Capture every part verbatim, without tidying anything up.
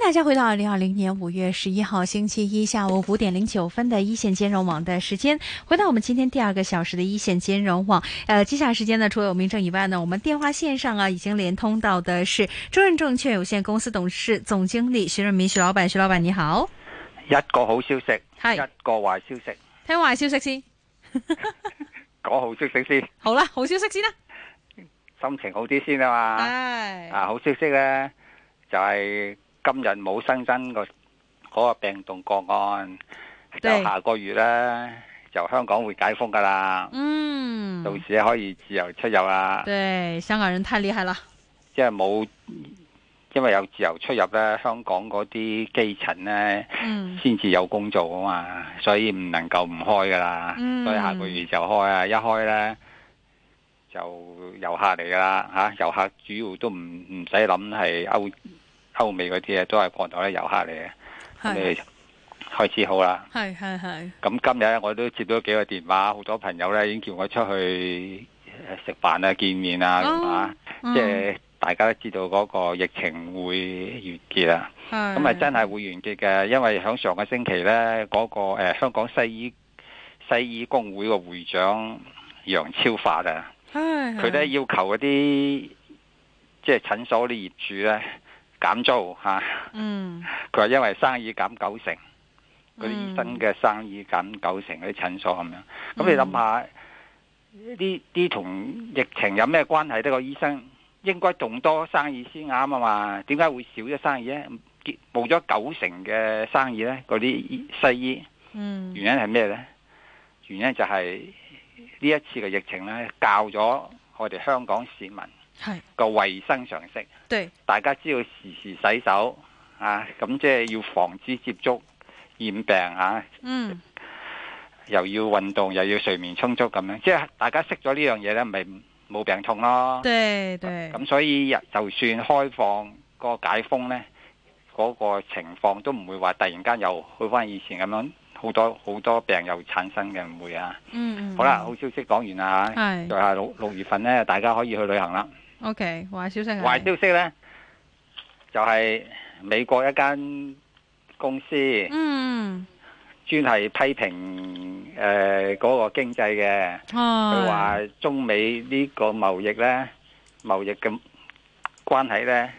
大家回到二零二零年五月十一号星期一下午五点零九分的一线金融网的时间，回到我们今天第二个小时的一线金融网。呃，接下来时间呢，除了有明正以外呢，我们电话线上啊已经连通到的是中润证券有限公司董事总經理徐潤民徐老闆，徐老闆你好。 一個好消息， 係一個壞消息。 聽壞消息先， 講好消息先。 好啦，好消息先啦， 心情好啲先啊嘛。 係啊，好消息呢，就係、是、今日冇新增個嗰個病毒個案，就下個月呢，就香港會解封噶啦。 嗯， 到時可以自由出入啦。 對，香港人太厲害啦。 即係冇。因為有自由出入咧，香港嗰啲基層咧，先至、嗯、有工做啊嘛，所以唔能夠唔開噶啦。嗯、所以下個月就開啊，一開咧就遊客嚟噶啦嚇，遊客主要都唔唔使諗係歐歐美嗰啲啊，都係國內啲遊客嚟嘅。咁你是開始好啦。係係係。咁今日我都接到幾個電話，好多朋友咧已經叫我出去食飯啊、見面啊咁啊，即係。大家都知道嗰個疫情會完結啦，咁啊真係會完結嘅，因為響上個星期呢，嗰、嗰個誒、呃、香港西醫西醫工會個會長楊超發啊，佢咧要求嗰啲即係診所啲業主呢減租吓，嗯，佢話因為生意減九成，嗰啲醫生嘅生意減九成，嗰啲診所咁樣，咁、嗯、你諗下呢啲同疫情有咩關係呢？個醫生應該仲多生意先啱啊嘛，點解會少咗生意咧？冇咗九成嘅生意咧，嗰啲西醫，嗯，原因係咩咧？原因就係呢一次嘅疫情咧，教咗我哋香港市民係個衛生常識，對，大家知道時時洗手啊，咁即係要防止接觸染病啊，嗯，又要運動，又要睡眠充足咁樣，即係大家識咗呢樣嘢咧，咪冇病痛咯，對對，咁所以就算開放個解封呢，嗰、嗰個情況都唔會話突然間又去翻以前咁樣，好多好多病又產生嘅，唔會啊。嗯嗯。好啦，好消息講完啦嚇，係，就係六六月份呢，大家可以去旅行啦。OK，壞消息係。壞消息呢，就係、係、美國一間公司。嗯。專係批評誒嗰、呃嗰個經濟嘅，佢話、哎、中美呢個貿易呢，貿易嘅關係呢，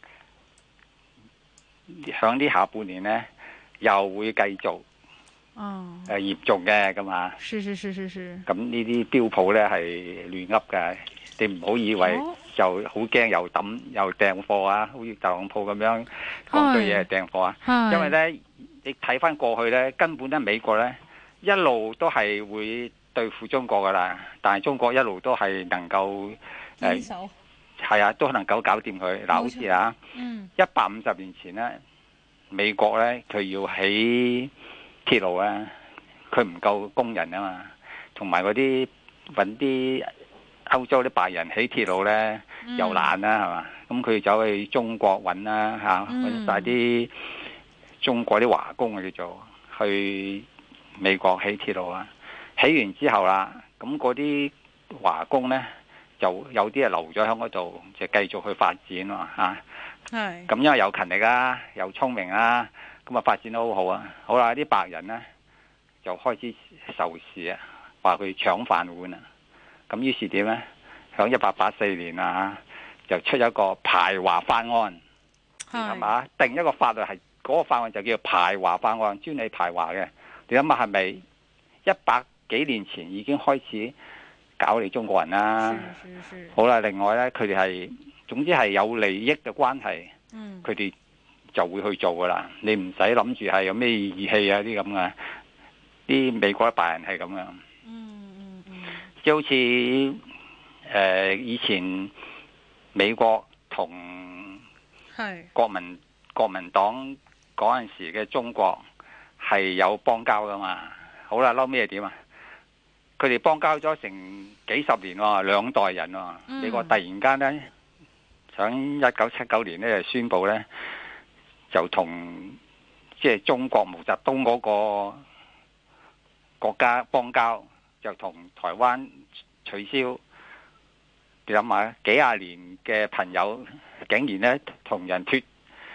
響呢下半年呢又會繼續哦誒嚴重嘅咁啊。是是是是是。咁呢啲標普呢係亂噏嘅，你唔好以為就好驚又抌又訂貨啊，好似特朗普咁樣講對嘢係訂貨啊，哎、因為呢。你睇翻過去呢，根本咧美國呢一路都係會對付中國噶啦，但係中國一路都係能夠誒，係、呃、啊，都能夠搞掂佢。嗱，好似啊，一百五十年前呢，美國呢，佢要起鐵路啊，佢唔夠工人啊嘛，同埋嗰啲揾啲歐洲啲白人起鐵路呢，嗯、又難啦，係嘛？咁佢走去中國揾啦嚇，揾曬啲。中國啲華工啊，叫做去美國起鐵路啊，起完之後啦，咁嗰啲華工呢，就有啲係留咗喺嗰度，就繼續去發展啊嚇。係。咁因為又勤力啊，又聰明啊，咁啊發展得好好啊。好啦，啲白人呢，就開始仇視啊，話佢搶飯碗啊。咁於是點呢？響一八八四年啊，就出一個排華法案，係嘛？定一個法律係。嗰個法案就叫做排華法案，專利排華嘅。你諗下係咪一百幾年前已經開始搞你中國人啦？好啦，另外呢，佢哋係總之係有利益嘅關係，佢哋、嗯、就會去做噶啦。你唔使諗住係有咩義氣啊啲咁嘅，啲美國嘅白人係咁樣。嗯嗯嗯，即係好似誒以前美國同國民是國民黨。嗰陣時嘅中國係有邦交噶嘛？好啦，嬲咩點啊？佢哋邦交咗成幾十年喎，兩代人喎。嗯、美國突然間呢，喺一九七九年呢就宣布呢，就同即係中國毛澤東嗰個國家邦交，就同台灣取消。你諗下，幾廿年嘅朋友竟然呢同人脫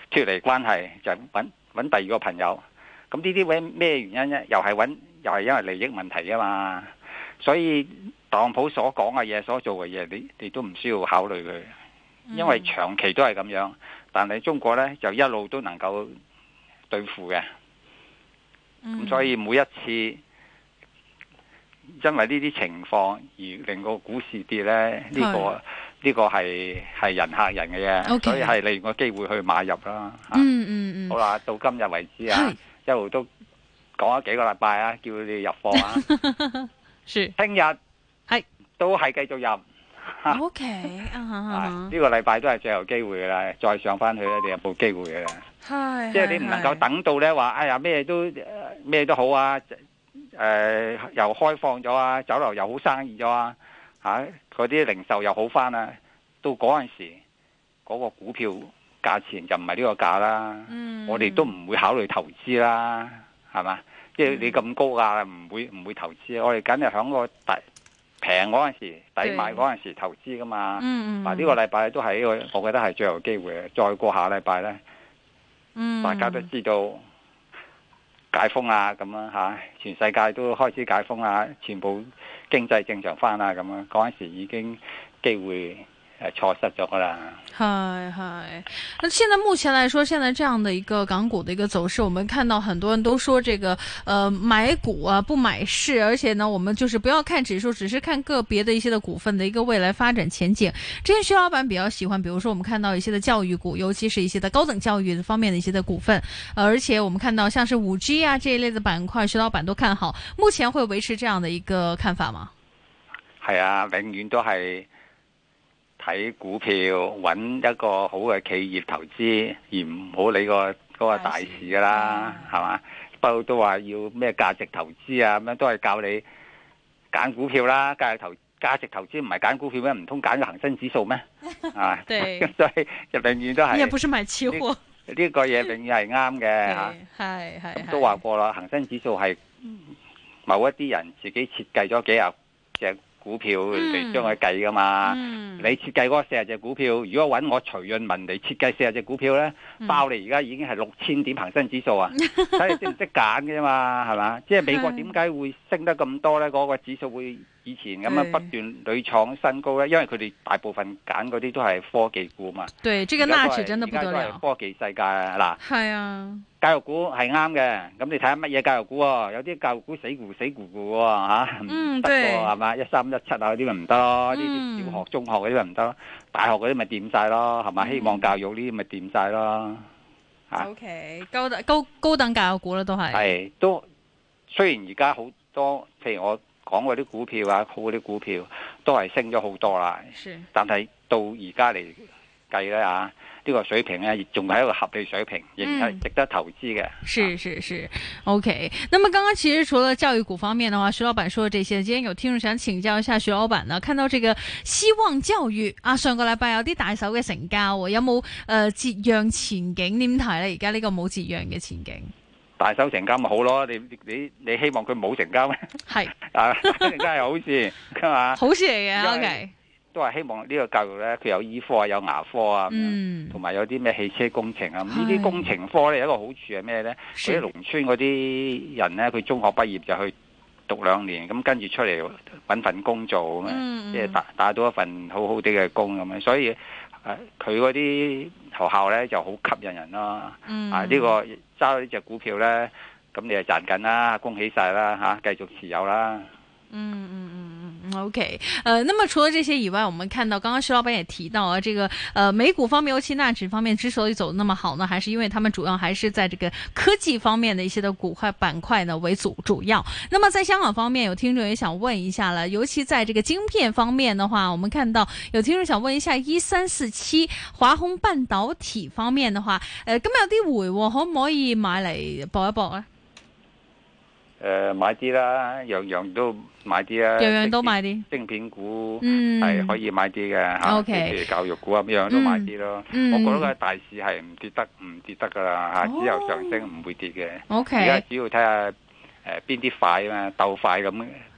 脫離關係，就揾揾第二個朋友。咁呢啲為咩原因呢？又係揾又係因為利益問題啊嘛。所以特朗普所講嘅嘢、所做嘅嘢，你你都唔需要考慮佢，因為長期都係咁樣。但係中國呢，就一路都能夠對付嘅。咁所以每一次因為呢啲情況而令個股市跌呢，呢、呢個。呢個係係人嚇人嘅嘢，okay. 所以係利用個機會去買入啦。 嗯嗯嗯。好啦，到今日為止啊，一路都講咗幾個禮拜啊，叫你入貨啊。 是。 聽日係都係繼續入。 O K。呢個禮拜都係最後機會噶啦，再上翻去咧，你有冇機會噶啦？係。即係你唔能夠等到咧話，哎呀咩都咩都好啊，誒、呃、又開放咗啊，酒樓又好生意咗啊。吓，嗰啲零售又好翻啦，到嗰陣時嗰、嗰個股票價錢就唔係呢個價啦。嗯、我哋都唔會考慮投資啦，係嘛？即係你咁高價，唔會唔會投資。我哋梗係響個抵平嗰陣時，抵買嗰陣時投資噶嘛。嗯嗱，呢個禮拜都係一個，我覺得係最後機會。再過下禮拜咧，嗯，大家都知道解封啊，咁樣吓，全世界都開始解封啊，全部。經濟正常翻啦，咁樣嗰陣時已經機會誒錯失咗噶啦。 係係，那現在目前來說，現在這樣的一個港股的一個走勢，我們看到很多人都說這個，呃，買股啊不買市，而且呢，我們就是不要看指數，只是看個別的一些的股份的一個未來發展前景。之前徐老闆比較喜歡，比如說我們看到一些的教育股，尤其是一些的高等教育方面的一些的股份，呃、而且我們看到像是五 G 啊這一類的板塊，徐老闆都看好。目前會維持這樣的一個看法嗎？ 係啊，永遠都係。睇股票揾一個好嘅企業投資，而唔好理個嗰個大市噶啦，係嘛？不過都話要咩價值投資啊，咁樣都係教你揀股票啦。價值投價值投資唔係揀股票咩？唔通揀個恒生指數咩？啊，對，所以就永遠都係。你又不是買期貨？ 呢個嘢永遠係啱嘅嚇。係係。咁都話過啦，恒生指數係某一啲人自己設計咗幾廿隻股票嚟將佢計噶嘛？嗯、你設計嗰四十隻股票，如果揾我徐潤民嚟設計四十隻股票呢，嗯、包你而家已經係六千點恒生指數啊！睇你識唔識揀嘅啫嘛，係嘛？即係美國點解會升得咁多呢？嗰、嗰個指數會以前咁樣不斷屢創新高呢？因為佢哋大部分揀嗰啲都係科技股嘛。對，這個納指真的不得了。而家都係科技世界啊！嗱，係啊。教育股係啱嘅，咁你睇下乜嘢教育股喎？有啲教育股死咕死咕咕喎嚇，唔得喎係嘛？一三一七啊嗰啲咪唔得咯，呢啲小學、中學嗰啲咪唔得咯，大學嗰啲咪掂晒咯，係嘛？希望教育呢啲咪掂晒咯。 O K，高等高高等教育股咧都係係都，雖然而家好多，譬如我講嗰啲股票啊，好嗰啲股票都係升咗好多啦，但係到而家嚟計咧啊。呢個水平呢，仲係一個合理水平，仍係值得投資嘅。 是是是 ，OK。那麼剛剛其實除了教育股方面的話，徐老闆說的這些，今天有聽眾想請教一下徐老闆呢，看到這個希望教育啊，上個禮拜有啲大手嘅成交，有冇誒折讓前景點睇咧？而家呢個冇折讓嘅前景， 大手成交咪好咯？你你你希望佢冇成交咩？係啊，成交係好事，係嘛？好事嚟嘅，OK。都係希望呢個教育呢，佢有醫科啊，有牙科啊，同埋、嗯、有啲咩汽車工程啊。呢啲工程科呢，有一個好處係咩呢？嗰啲農村嗰啲人呢，佢中學畢業就去讀兩年，咁跟住出嚟揾份工做咁樣，即係打打到一份好好啲嘅工咁樣。所以誒，佢嗰啲學校呢就好吸引人咯。嗯、啊，呢、呢個揸呢隻股票呢，咁你就賺緊啦，恭喜晒啦嚇，繼續持有啦。 嗯嗯嗯嗯 OK，呃，那麼除了這些以外，我們看到剛剛徐老闆也提到啊，這個呃美股方面，尤其納指方面之所以走得那麼好呢，還是因為他們主要還是在這個科技方面的一些的股塊板塊呢為主主要。那麼在香港方面，有聽眾也想問一下了，尤其在這個晶片方面的話，我們看到有聽眾想問一下一三四七華虹半導體方面的話，呃，今日有啲回喎，可唔可以買嚟搏一搏呢？ 誒、呃，買啲啦，樣樣都買啲啦， 樣樣都買啲， 晶片股係可以買啲嘅吓，譬如教育股啊，樣樣都買啲咯。嗯、我覺得個大市係唔跌得，唔跌得噶啦吓，只有上升唔會跌嘅。而家主要睇下誒邊啲快啊嘛，鬥快咁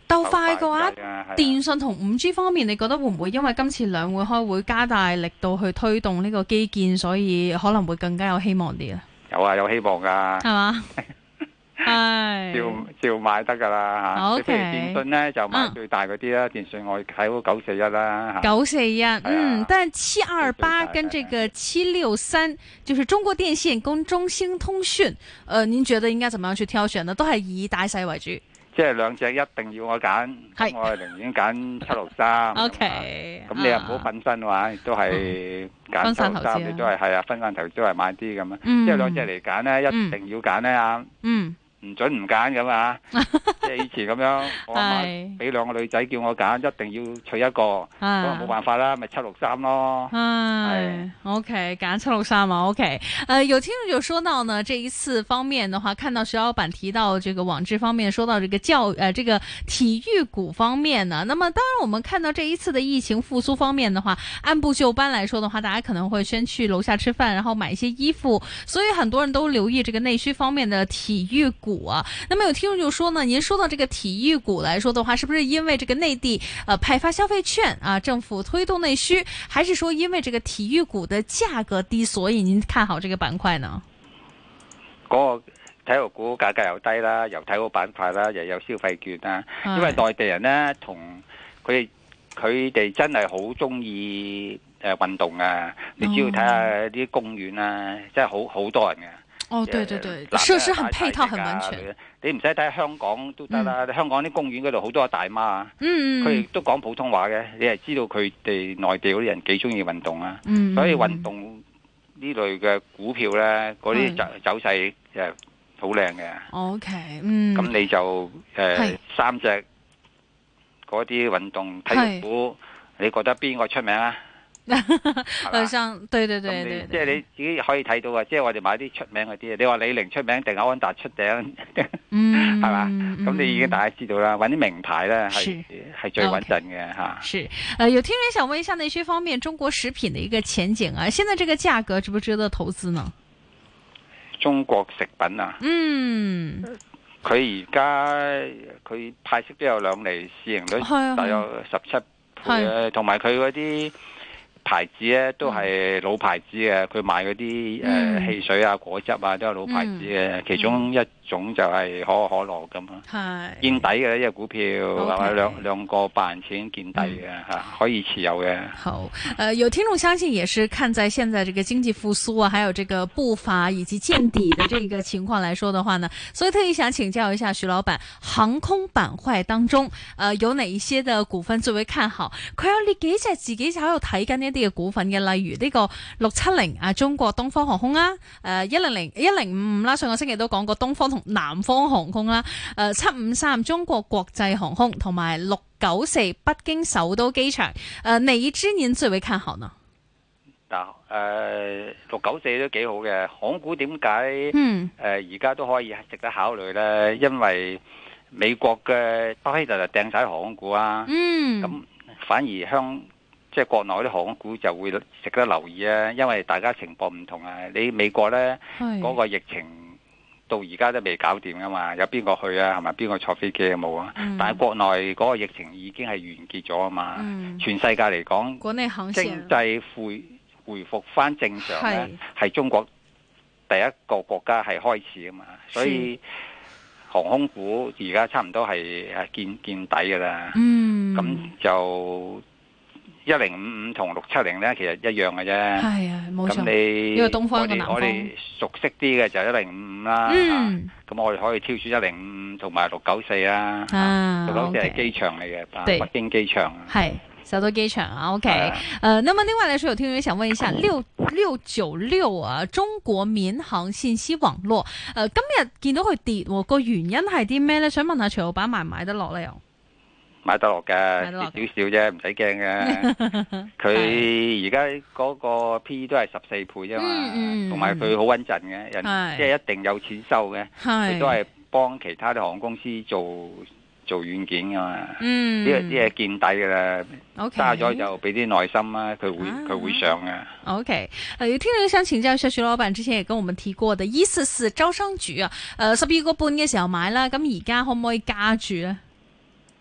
鬥快嘅話，電信同五 G 方面，你覺得會唔會因為今次兩會開會加大力度去推動呢個基建，所以可能會更加有希望啲啊？ 有啊，有希望噶，係嘛？係照照買得噶啦吓。譬如電信咧就買最大嗰啲啦，電信我睇好九四一啦。 九四一，嗯，但七二八跟這個七六三，就是中國電信跟中興通訊，呃，您覺得應該怎麼樣去挑選呢？都係以大細為主。 即係兩隻一定要我揀，咁我寧願揀七六三。O K，咁你又唔好瞓身嘅話，都係揀七六三，你都係係啊，分散投資都係買啲咁啊。即係兩隻嚟揀咧，一定要揀咧啊。嗯。唔准唔揀咁啊！即係以前咁樣，我阿媽俾兩個女仔叫我揀，一定要取一個，咁啊冇辦法啦，咪七六三咯。 係，OK，揀七六三啊 ，OK。呃，有聽眾就說到呢，這一次方面的話，看到徐老闆提到這個網誌方面，說到這個教，呃，這個體育股方面呢，那麼當然我們看到這一次的疫情復甦方面的話，按部就班來說的話，大家可能會先去樓下吃飯，然後買一些衣服，所以很多人都留意這個內需方面的體育股。股啊，那麼有聽眾就說呢，您說到這個體育股來說的話，是不是因為這個內地呃派發消費券啊，政府推動內需，還是說因為這個體育股的價格低，所以您看好這個板塊呢？ 嗰個體育股價格又低啦，又睇好板塊啦，又有消費券啦，因為內地人呢，同佢佢哋真係好中意誒運動啊，你只要睇下啲公園啊，真係好好多人嘅。 哦，對對對，設施很配套，很完全。 你唔使睇香港都得啦，嗯、香港啲公園嗰度好多大媽啊，佢哋、嗯、都講普通話嘅，你係知道佢哋內地嗰啲人幾中意運動啊，嗯、所以運動呢類嘅股票咧，嗰啲走走勢誒好靚嘅。O K， 嗯，咁你就誒、呃、是三隻嗰啲運動體育股，是你覺得邊個出名啊？ 好像對對對對， 即係你自己可以睇到啊！即係我哋買啲出名嗰啲，你話李寧出名定歐安達出頂，係嘛？咁你已經大家知道啦，揾啲名牌咧係係最穩陣嘅吓。 是，呃，有聽人想問一下內需方面，中國食品的一個前景啊，現在這個價格值不值得投資呢？ 中國食品啊，嗯，佢而家佢派息都有兩厘，市盈率大約十七倍，同埋佢嗰啲。牌子咧都係老牌子嘅，佢賣嗰啲誒汽水啊、果汁啊都係老牌子嘅，嗯、其中一種就係可口可樂咁咯。係見底嘅呢隻股票，係咪兩兩個八銀錢見底嘅吓，嗯、可以持有嘅。 好，誒、呃，有聽眾相信也是看在現在這個經濟復甦啊，還有這個步伐以及見底的這個情況來說的話呢，所以特意想請教一下徐老闆，航空板塊當中，誒、呃，有哪一些的股份最為看好？佢有呢幾隻自己喺度睇緊呢啲嘅股份嘅，例如呢個六七零啊，中國東方航空啦，誒一零零一零五五啦，上個星期都講過東方同南方航空啦，誒七五三中國國際航空同埋六九四北京首都機場，誒、呃、哪一支您最為看好呢？ 嗱，誒六九四都幾好嘅，航空股點解？嗯，誒而家都可以值得考慮咧，因為美國嘅巴菲特就掟晒航空股啊，嗯，咁反而香。即係國內啲航空股就會值得留意啊，因為大家情況唔同啊。你美國呢嗰是個疫情到而家都未搞掂噶嘛，有邊個去啊？係咪邊個坐飛機啊？冇啊？嗯、但係國內嗰個疫情已經係完結咗啊嘛。嗯、全世界嚟講，經濟恢恢復翻正常呢，係是中國第一個國家係開始啊嘛。所以是航空股而家差唔多係係見見底噶啦。嗯，咁就。一零五五同六七零咧，其實一樣嘅啫。係啊，冇錯。咁你因為東方一個南方，我哋熟悉啲嘅就一零五五啦。嗯。咁我哋可以挑選一零五五同埋六九四啦。啊。六九四係機場嚟嘅，北京機場。係首都機場啊。OK。誒，那麼另外來說，有聽眾想問一下，六六九六啊，中國民航信息網絡。誒，今日見到佢跌，個原因係啲咩咧？想問下徐老闆買唔買得落咧？又？買得落嘅，跌少少啫，唔使驚嘅。佢而家嗰個 P E 都係十四倍啫嘛，同埋佢好穩陣嘅，人即係一定有錢收嘅。佢都係幫其他啲航空公司做做軟件噶嘛。呢個啲嘢見底噶啦，揸咗就俾啲耐心啦，佢會佢會上嘅。OK， 誒，有聽眾想請教一下徐老闆，之前也跟我們提過的一四四招商局啊，誒十二個半嘅時候買啦，咁而家可唔可以加住咧？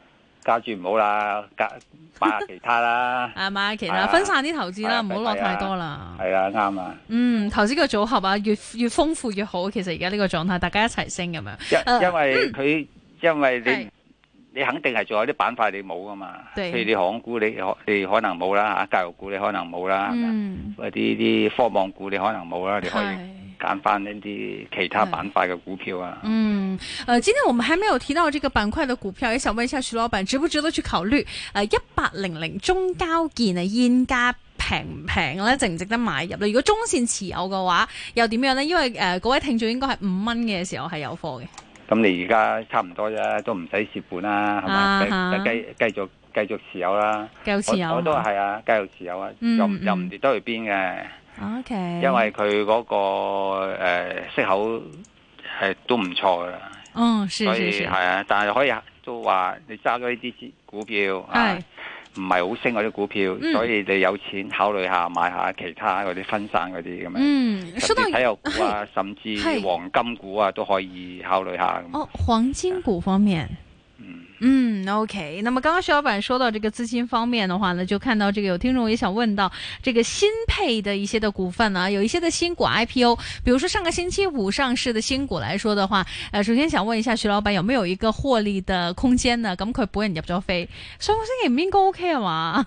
加注唔好啦，加買下其他啦。 啊，買下其他，分散啲投資啦，唔好落太多啦。 係啊，啱啊。 嗯，投資嘅組合啊，越越豐富越好。其實而家呢個狀態，大家一齊升咁樣。 因因為佢，因為你你肯定係仲有啲板塊你冇噶嘛。譬如你航空股，你你可能冇啦嚇，教育股你可能冇啦，或者啲科網股你可能冇啦，你可以揀翻呢啲其他板塊嘅股票啊。 嗯，呃，今天我們還沒有提到這個板塊的股票，也想問一下徐老闆，值不值得去考慮？呃，一八零零中交建啊，現價平唔平咧？值唔值得買入咧？如果中線持有嘅話，又點樣呢？因為誒，嗰位聽眾應該係五蚊嘅時候係有貨嘅。咁你而家差唔多啫，都唔使蝕本啦，係咪？繼繼續繼續持有啦。 繼續持有。我， 我都係啊，繼續持有啊，嗯、又又唔跌得去邊嘅。 OK。 因為佢嗰、那個誒、呃、息口係都唔錯噶啦。 嗯，是是是。 所以係啊，但係可以都話你揸咗呢啲股票啊。唔係好升嗰啲股票，嗯、所以你有錢考慮下買下其他嗰啲分散嗰啲咁樣，嗯、甚至體育股啊，甚至黃金股啊都可以考慮下。 哦，黃金股方面。嗯嗯 ，OK。那麼剛剛徐老闆說到這個資金方面的話呢，就看到這個有聽眾也想問到這個新配的一些的股份啊，有一些的新股 I P O， 比如說上個星期五上市的新股來說的話，呃，首先想問一下徐老闆有沒有一個獲利的空間呢？咁佢本人入咗飛，上個星期唔應該 OK 啊嘛？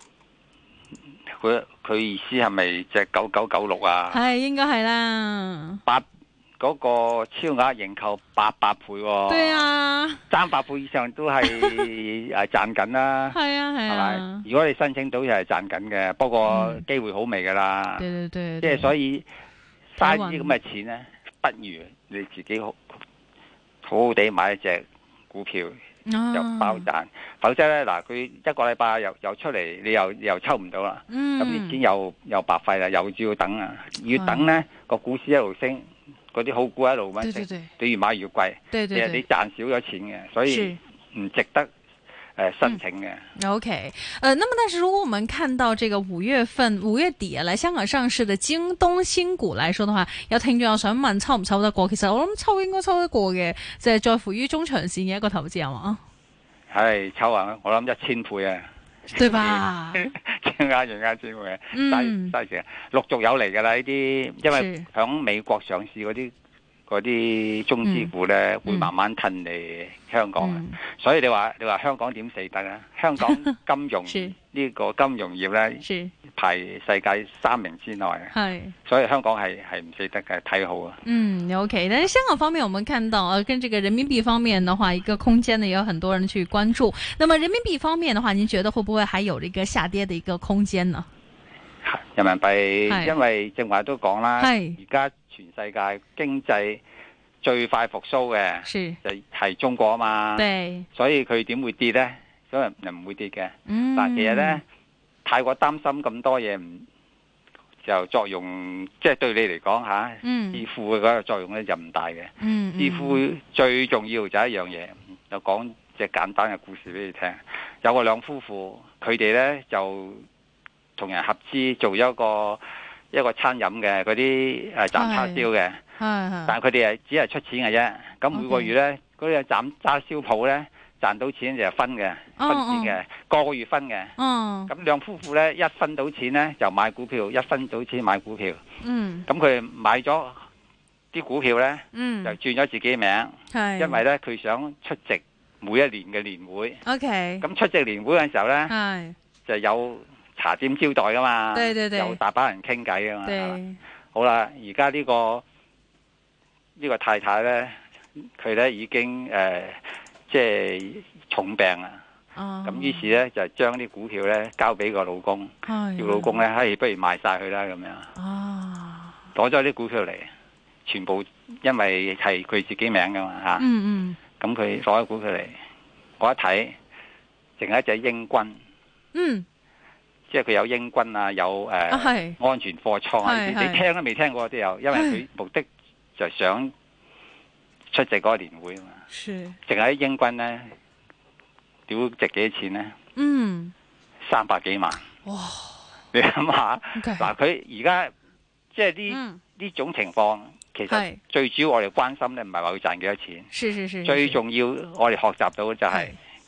佢佢意思係咪隻九九九六啊？ 係應該係啦。 八。嗰個超額認購八百倍喎、哦， 對啊， 三百倍以上都係誒賺緊啦， 係啊係啊， 係咪？如果你申請到又係賺緊嘅，不過機會好微噶啦， 對對對， 即係所以嘥啲咁嘅錢咧，不如你自己好好好地買一隻股票又包賺，啊、否則咧嗱，佢一個禮拜又又出嚟，你又又抽唔到啦，咁啲、嗯、錢又又白費啦，又要等啊，要等咧個股市一路升。嗰啲好股一路搵食，你越買越貴，其實你賺少咗錢嘅，所以唔值得誒、呃、申請嘅。 嗯、OK，呃，那麼但是如果我們看到這個五月份五月底來香港上市的京東新股來說的話，有聽眾又想問抽唔抽得過？其實我諗抽應該抽得過嘅，就係、是、在乎於中長線嘅一個投資係嘛？ 係抽啊！我諗一千倍啊！ 對吧？ 更加更加千倍，嘥嘥時陸續有嚟噶啦呢啲，因為響美國上市嗰啲嗰啲中資股咧，嗯、會慢慢褪嚟香港，嗯、所以你話你話香港點死得啊？香港金融呢個金融業咧，排世界三名之內，係，所以香港係係唔死得嘅，睇好啊。 嗯 ，OK，但是香港方面，我們看到啊，跟這個人民幣方面的話，一個空間呢，也有很多人去關注。那麼人民幣方面的話，您覺得會不會還有一個下跌的一個空間呢？ 人民幣，因為正話都講啦，而家全世界經濟最快復甦嘅，是就係中國啊嘛，對，所以佢點會跌呢？所以又唔會跌嘅。嗯，但其實呢，太過擔心咁多嘢，唔就作用，即係對你嚟講吓，致富嘅嗰個作用咧就唔大嘅。嗯，致富最重要就係一樣嘢，就講隻簡單嘅故事俾你聽。有個兩夫婦，佢哋咧就同人合資做一個一個餐飲嘅嗰啲誒斬叉燒嘅，但係佢哋係只係出錢嘅啫。咁每個月咧，嗰啲斬叉燒鋪咧。賺到錢就分嘅，分錢嘅，個、oh, oh. 個月分嘅。咁、oh. 兩夫婦咧，一分到錢咧就買股票，一分到錢買股票。嗯。咁佢買咗啲股票咧，嗯、就轉咗自己名。係。因為咧，佢想出席每一年嘅年會。OK。咁出席年會嘅時候咧，係就有茶點招待噶嘛。對對對。有大把人傾偈噶嘛。對。好啦，而家呢個呢、呢個太太咧，佢咧已經誒。呃即係重病啊！咁於、oh. 是咧就將啲股票咧交俾個老公，叫、oh. 老公咧，嘿，不如賣晒佢啦咁樣。攞咗啲股票嚟，全部因為係佢自己名噶嘛吓。嗯嗯。咁佢攞咗股票嚟，我一睇，淨係一隻英軍。嗯。Mm. 即係佢有英軍啊，有誒、呃 oh. 安全貨倉啊，你聽都未聽過都有，因為佢目的就想出席嗰個年會啊嘛。淨係英軍咧，屌值幾多錢咧？嗯，三百幾萬。哇！你諗下，嗱佢而家即係呢呢種情況，其實最主要我哋關心咧，唔係話佢賺幾多錢。是是是。最重要我哋學習到就係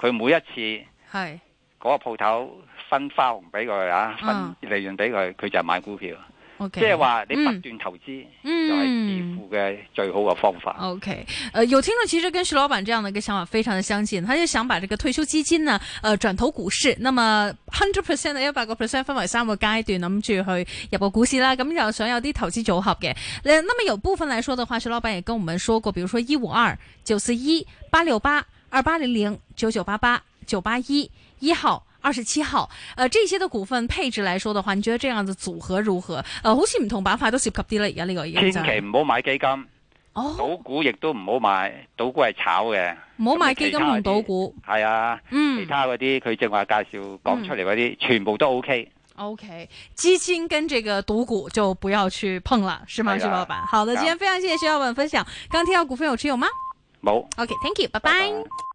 佢每一次係嗰個鋪頭分花紅俾佢啊，分利潤俾佢，佢就買股票。 Okay, 即係話你不斷投資，嗯、就係致富嘅最好嘅方法。 OK，呃，有聽眾其實跟徐老闆這樣的一個想法非常的相近，他就想把這個退休基金呢，呃，轉投股市。那麼 hundred percent 一百個 percent 分為三個階段，諗住去入個股市啦。咁又想有啲投資組合嘅。那麼有部分來說的話，徐老闆也跟我們說過，比如說一五二、九四一、八六八、二八零零、九九八八、九八一、一號。二十七號，呃，這些的股份配置來說的話，你覺得這樣子組合如何？呃，好似唔同板塊都涉及啲啦，而家呢個已經千祈唔好買基金，哦，賭股亦都唔好買，賭股係炒嘅， 唔好買基金同賭股， 係啊，嗯，其他嗰啲佢正話介紹講出嚟嗰啲，嗯、全部都 OK。 OK， 基金跟這個賭股就不要去碰了，是嗎，徐老闆？好的，今天非常謝謝徐老闆分享。剛聽到股份有持有嗎？ 冇。 OK，Thank you，拜拜。